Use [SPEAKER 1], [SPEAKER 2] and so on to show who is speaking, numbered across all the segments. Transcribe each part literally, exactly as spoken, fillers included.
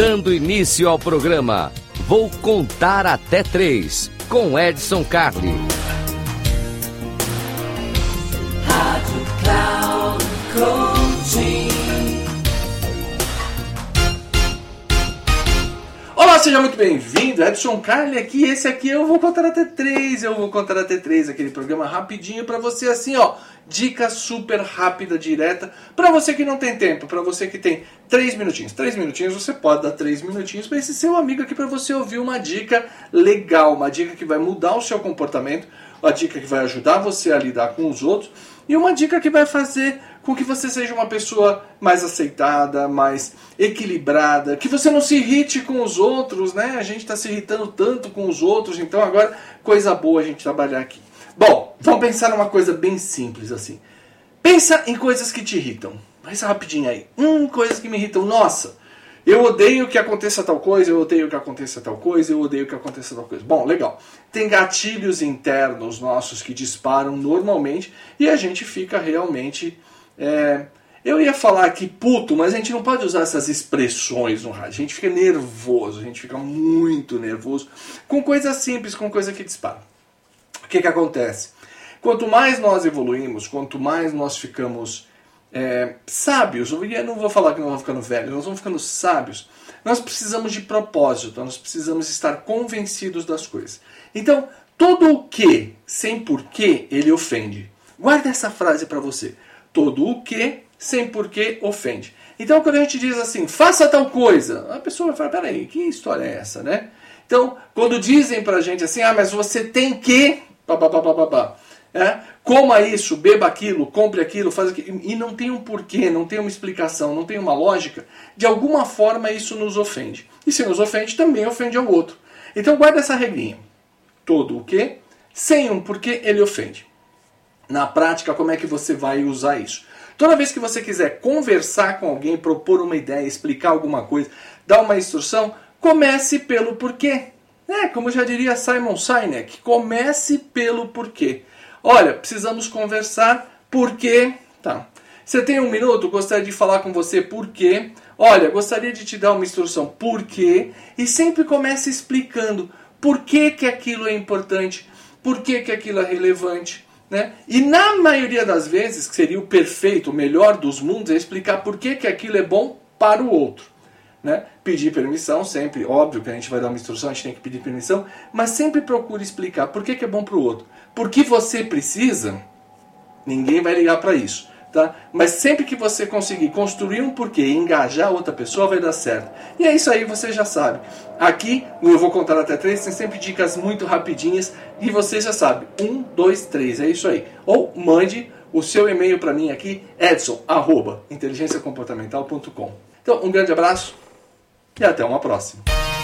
[SPEAKER 1] Dando início ao programa, vou contar até três, com Edson Carli.
[SPEAKER 2] Rádio Cloud Coaching. Olá, seja muito bem-vindo, Edson Carli aqui, esse aqui eu vou contar até três, eu vou contar até três, aquele programa rapidinho pra você assim, ó, dica super rápida, direta, pra você que não tem tempo, pra você que tem três minutinhos, três minutinhos, você pode dar três minutinhos pra esse seu amigo aqui, pra você ouvir uma dica legal, uma dica que vai mudar o seu comportamento, uma dica que vai ajudar você a lidar com os outros, e uma dica que vai fazer com que você seja uma pessoa mais aceitada, mais equilibrada, que você não se irrite com os outros, né? A gente está se irritando tanto com os outros, então agora coisa boa a gente trabalhar aqui. Bom, vamos pensar numa coisa bem simples assim. Pensa em coisas que te irritam. Pensa rapidinho aí. Hum, coisas que me irritam. Nossa, eu odeio que aconteça tal coisa, eu odeio que aconteça tal coisa, eu odeio que aconteça tal coisa. Bom, legal. Tem gatilhos internos nossos que disparam normalmente e a gente fica realmente... É, eu ia falar aqui puto, mas a gente não pode usar essas expressões no rádio. A gente fica nervoso, a gente fica muito nervoso com coisas simples, com coisa que dispara. O que que acontece? Quanto mais nós evoluímos, quanto mais nós ficamos é, sábios, eu não vou falar que nós vamos ficando velhos, nós vamos ficando sábios, nós precisamos de propósito, nós precisamos estar convencidos das coisas. Então, todo o que sem porquê, ele ofende. Guarda essa frase para você. Todo o que, sem porquê, ofende. Então, quando a gente diz assim, faça tal coisa, a pessoa vai falar, peraí, que história é essa, né? Então, quando dizem pra gente assim, ah, mas você tem que, babá, é, coma isso, beba aquilo, compre aquilo, faz aquilo, e não tem um porquê, não tem uma explicação, não tem uma lógica, de alguma forma isso nos ofende. E se nos ofende, também ofende ao outro. Então, guarda essa regrinha. Todo o que, sem um porquê, ele ofende. Na prática, como é que você vai usar isso? Toda vez que você quiser conversar com alguém, propor uma ideia, explicar alguma coisa, dar uma instrução, comece pelo porquê. É, como já diria Simon Sinek, comece pelo porquê. Olha, precisamos conversar porque... Tá. Você tem um minuto? Gostaria de falar com você porque... Olha, gostaria de te dar uma instrução porque... E sempre comece explicando por que que aquilo é importante, por que que aquilo é relevante. Né? E na maioria das vezes, que seria o perfeito, o melhor dos mundos, é explicar por que que aquilo é bom para o outro. Né? Pedir permissão, sempre, óbvio que a gente vai dar uma instrução, a gente tem que pedir permissão, mas sempre procure explicar por que que é bom para o outro. Porque você precisa, ninguém vai ligar para isso. Tá? Mas sempre que você conseguir construir um porquê e engajar outra pessoa, vai dar certo. E é isso aí, você já sabe. Aqui, no Eu Vou Contar Até Três, tem sempre dicas muito rapidinhas e você já sabe. Um, dois, três, é isso aí. Ou mande o seu e-mail para mim aqui, edson arroba inteligência comportamental ponto com. Então, um grande abraço e até uma próxima.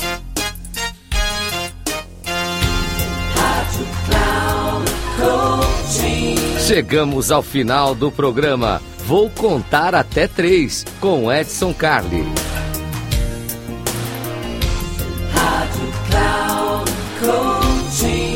[SPEAKER 1] Chegamos ao final do programa. Vou contar até três com Edson Carli.
[SPEAKER 2] Rádio Cloud Coaching.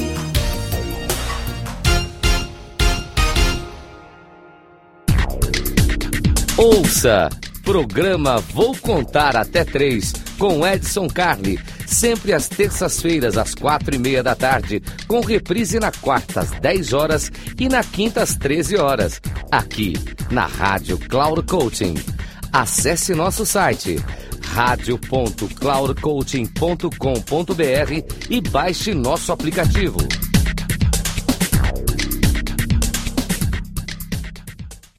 [SPEAKER 1] Ouça! Programa Vou Contar Até Três com Edson Carli, sempre às terças-feiras às quatro e meia da tarde, com reprise na quarta às dez horas e na quinta às treze horas, aqui na Rádio Cloud Coaching. Acesse nosso site rádio ponto cloud coaching ponto com ponto br e baixe nosso aplicativo.